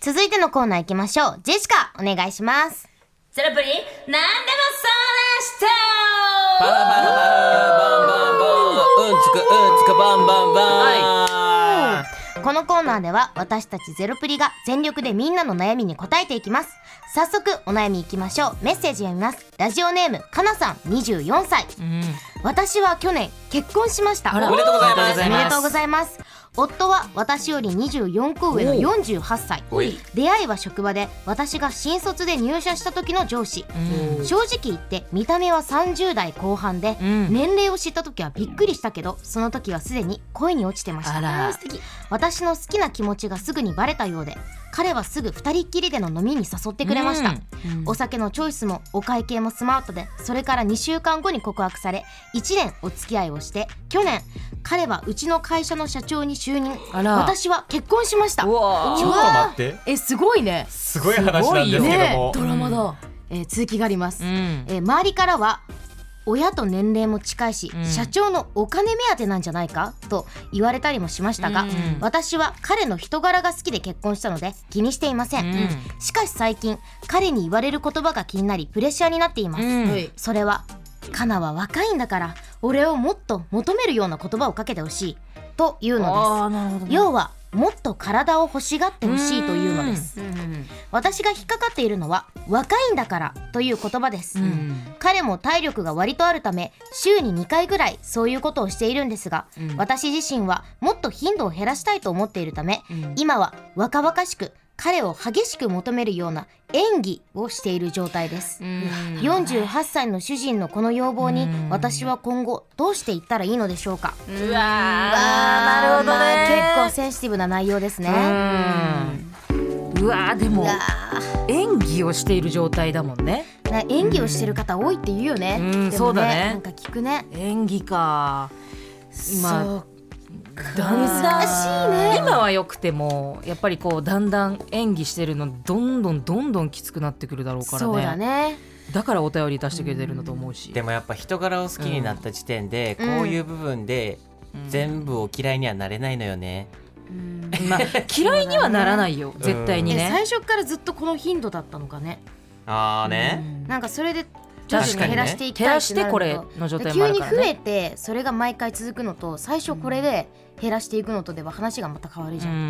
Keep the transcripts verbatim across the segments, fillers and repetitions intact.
続いてのコーナー行きましょう。ジェシカお願いします。 ゼロプリなんでもそうな人バンバンバンバンバンうんつくうんつくバンバンバン、 はい、このコーナーでは私たちゼロプリが全力でみんなの悩みに答えていきます。早速お悩みいきましょう。メッセージ読みます。ラジオネームかなさんにじゅうよんさい、うん、私は去年結婚しました。 おめでとうございます。 おめでとうございます。夫は私よりにじゅうよんこ上のよんじゅうはっさい。出会いは職場で、私が新卒で入社した時の上司。正直言って見た目はさんじゅう代後半で、うん、年齢を知った時はびっくりしたけど、その時はすでに恋に落ちてました。あら、素敵。私の好きな気持ちがすぐにバレたようで、彼はすぐ二人っきりでの飲みに誘ってくれました、うんうん、お酒のチョイスもお会計もスマートで、それからにしゅうかんごに告白されいちねんお付き合いをして、去年彼はうちの会社の社長に就任。私は結婚しました。 うわちょっと待って、 えすごいね。 すごい話なんですけども、ね、 ドラマだ、えー、続きがあります、うん、えー、周りからは親と年齢も近いし、うん、社長のお金目当てなんじゃないかと言われたりもしましたが、うん、私は彼の人柄が好きで結婚したので気にしていません、うん、しかし最近彼に言われる言葉が気になりプレッシャーになっています、うん、それはカナは若いんだから俺をもっと求めるような言葉をかけてほしいというのです、ね、要はもっと体を欲しがってほしいというのです。私が引っかかっているのは若いんだからという言葉です、うん、彼も体力が割とあるため週ににかいぐらいそういうことをしているんですが、うん、私自身はもっと頻度を減らしたいと思っているため、うん、今は若々しく彼を激しく求めるような演技をしている状態です。よんじゅうはっさいの主人のこの要望に私は今後どうしていったらいいのでしょうか。うわー、なるほどね、まあ、結構センシティブな内容ですね。 うわー、でも演技をしている状態だもんね。 演技をしてる方多いって言うよね。 うん、でもね、 そうだね、なんか聞くね。 演技か、 今難しいね。 今はよくてもやっぱりこうだんだん演技してるのどんどんどんどんきつくなってくるだろうからね。 そうだね。 だからお便り出してくれてるんだと思うし、 うん、でもやっぱ人柄を好きになった時点で、うん、こういう部分で全部を嫌いにはなれないのよね、 うん、まあ、嫌いにはならないよ、絶対にね、 うん、最初からずっとこの頻度だったのかね。 あーね、 うん、なんかそれで徐々に減らしていきたいってなるのと、 減らしてこれの状態もあるからね。 急に増えてそれが毎回続くのと、最初これで減らしていくのとでは話がまた変わるじゃん、うん、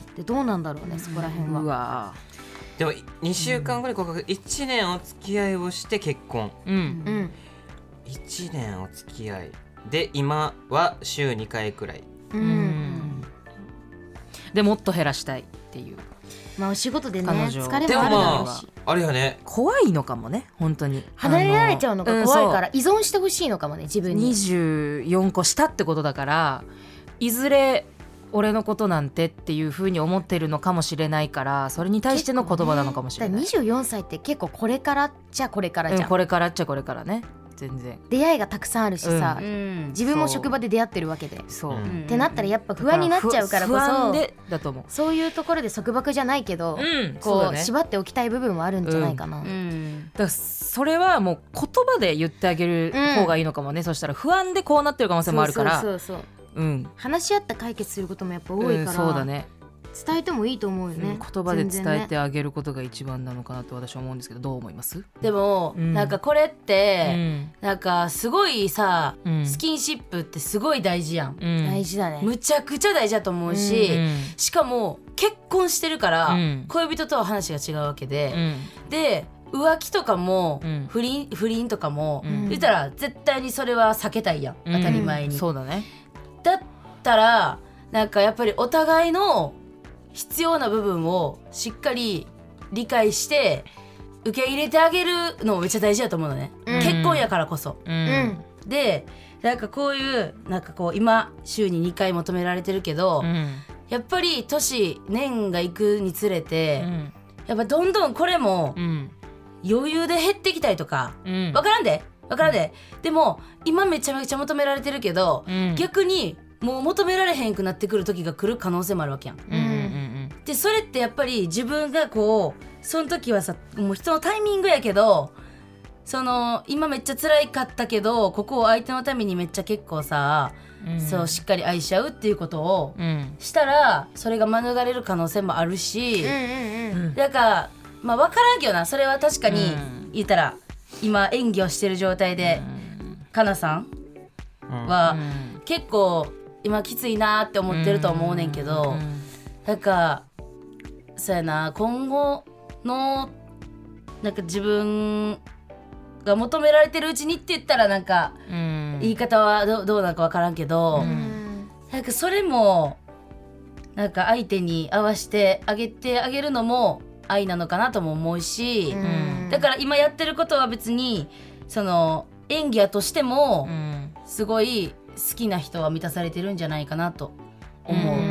でどうなんだろうね、そこら辺は。 うわでもにしゅうかんごに告白、いちねんお付き合いをして結婚、うんうん、いちねんお付き合いで今は週にかいくらい、うんうん、 でもっと減らしたいっていう、 まあお仕事でね疲れもあるだろうし、 あれよね、 怖いのかもね、本当に離れられちゃうのが怖いから、うん、依存してほしいのかもね、自分に。 にじゅうよんこしたってことだから、いずれ俺のことなんてっていう風に思ってるのかもしれないから、それに対しての言葉なのかもしれない。 にじゅうよんさいって結構これからっちゃこれからじゃん、 うん、これからっちゃこれからね、全然出会いがたくさんあるしさ、うん、自分も職場で出会ってるわけで、 そう、うん、 ってなったらやっぱ不安になっちゃうからこそ、 不安でだと思う。 そういうところで束縛じゃないけど、うん、こう、ね、縛っておきたい部分はあるんじゃないかな、うんうん、 だからそれはもう言葉で言ってあげる方がいいのかもね、うん、そしたら不安でこうなってる可能性もあるから、 そうそうそうそう、うん、話し合って解決することもやっぱ多いから、うん、 そうだね、 伝えてもいいと思うよね、 うん、言葉で伝えてあげることが一番なのかなと私は思うんですけど、どう思います？ でも、うん、なんかこれって、うん、なんかすごいさ、うん、スキンシップってすごい大事やん、 うん、大事だね、 むちゃくちゃ大事だと思うし、うん、しかも結婚してるから、うん、恋人とは話が違うわけで、うん、で浮気とかも、うん、不倫、不倫とかも、うん、言ったら絶対にそれは避けたいやん、当たり前に、 うん、そうだね。 だったらなんかやっぱりお互いの必要な部分をしっかり理解して受け入れてあげるのもめっちゃ大事だと思うのね、うん、結婚やからこそ、うん、でなんかこういうなんかこう今週ににかい求められてるけど、うん、やっぱり年年がいくにつれて、うん、やっぱどんどんこれも余裕で減ってきたりとか、うん、分からんで分からんで、うん、でも今めちゃめちゃ求められてるけど、うん、逆にもう求められへんくなってくる時が来る可能性もあるわけやん、うんうんうん、でそれってやっぱり自分がこうその時はさもう人のタイミングやけどその今めっちゃ辛いかったけどここを相手のためにめっちゃ結構さ、うん、そうしっかり愛し合うっていうことをしたら、うん、それが免れる可能性もあるし、うんうんうん、だからまあ分からんけどな、それは確かに言ったら今演技をしてる状態で、うん、かなさんは結構今きついなって思ってると思うねんけど、うん、なんかそうやな、今後のなんか自分が求められてるうちにって言ったらなんか言い方は ど, どうなのか分からんけど、うん、なんかそれもなんか相手に合わせてあげてあげるのも愛なのかなとも思うし、うん、だから今やってることは別にその演技やとしてもすごい好きな人は満たされてるんじゃないかなと思う、うんうんうん、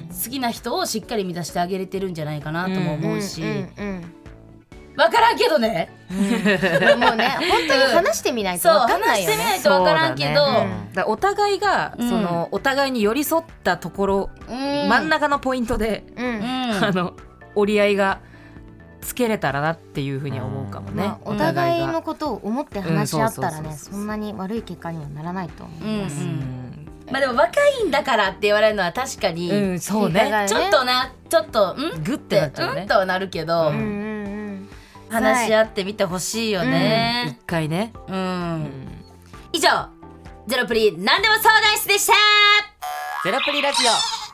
好きな人をしっかり満たしてあげれてるんじゃないかなとも思うし、うんうんうん分からんけどね、うん、 もうね本当に話してみないと分かんないよね。 そう話してみないと分からんけど、 ねうん、だお互いが、うん、そのお互いに寄り添ったところ、うん、真ん中のポイントで、うん、あの折り合いがつけれたらなっていうふうには思うかもね、まあ、 お互いのことを思って話し合ったらねそんなに悪い結果にはならないと思います、うんうんまあ、でも若いんだからって言われるのは確かに、うん、そうねちょっとなちょっとんグッてなっちゃうね、 うんとはなるけど、うんうん話し合ってみてほしいよね、 うん、一回ね、 うんうん、以上ゼロプリ何でも相談室でした。 ゼロプリラジオ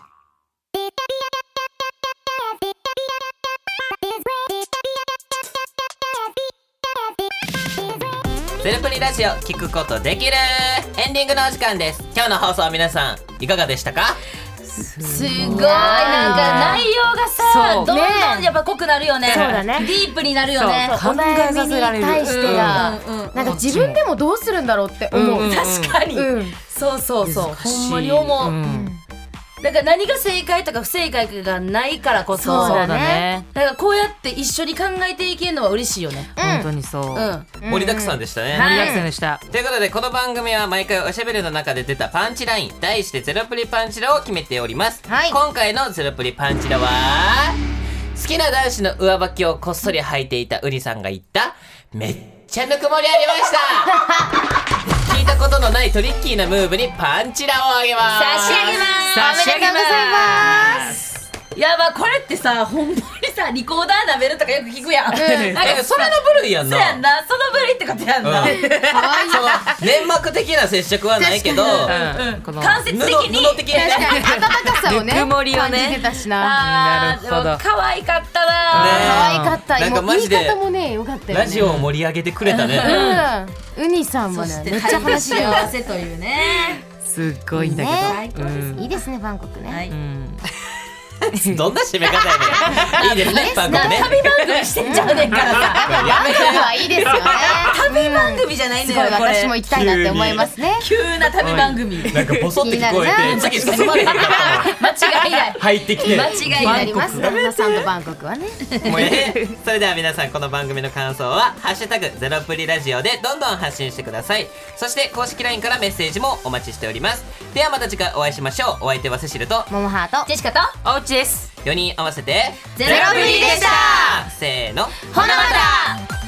ゼロプリラジオ聞くことできるエンディングのお時間です。今日の放送は皆さんいかがでしたか？ すごいなんか内容がさどんどんやっぱ濃くなるよね。 そうだね。 ディープになるよね。 お悩みに対してが、うんうんうん、なんか自分でもどうするんだろうって思う。 うんうん、確かに、うん、そうそうそうほんまに思う、うん、だから何が正解とか不正解がないからこそそうだね。 だからこうやって一緒に考えていけるのは嬉しいよね、 うん、本当にそう、うん、 盛りだくさんでしたね、 うん、盛りだくさんでした、 ということでこの番組は毎回おしゃべりの中で出たパンチライン題してゼロプリパンチラを決めております、はい、今回のゼロプリパンチラは好きな男子の上履きをこっそり履いていたウリさんが言っためっちゃぬくもりありました聞いたことのないトリッキーなムーブにパンチラをあげます。 差し上げますおめでとうございます。 いやまあこれってさほんまにさリコーダー舐めるとかよく聞くやん、うん、なんかそれの部類やんな。 そうやんなその部類ってことやんな、うん、 かわいいその粘膜的な接触はないけど、うんうん、間接的に布布的にね温かさをねぬくもりをね感じてたしな。 あーなるほど可愛かったな、ね、 可愛かった。 なんかマジで言い方もね良かったよね。 ラジオを盛り上げてくれたね、 うん、ウニさんもねめっちゃ話が幸せというねすっごいんだけど、 ねうん、いいですねバンコクね、はいうんどんな締め方やねんいいですねバンコクね旅番組してんじゃねんからさバンコクはいいですよね旅番組じゃないんだよ、 うん、すごい私も行きたいなって思いますね。 急な旅番組なんかボソって聞こえて次進まれへんかった間違いない入ってきて間違いないります旦那さんとバンコクはねもうえそれでは皆さんこの番組の感想はハッシュタグゼロプリラジオでどんどん発信してください。そして公式 ライン からメッセージもお待ちしております。ではまた次回お会いしましょう。お相手はセシルとモモハートジェシカとおうちです。 よにん合わせてゼロプリでした。 せーのほなまた。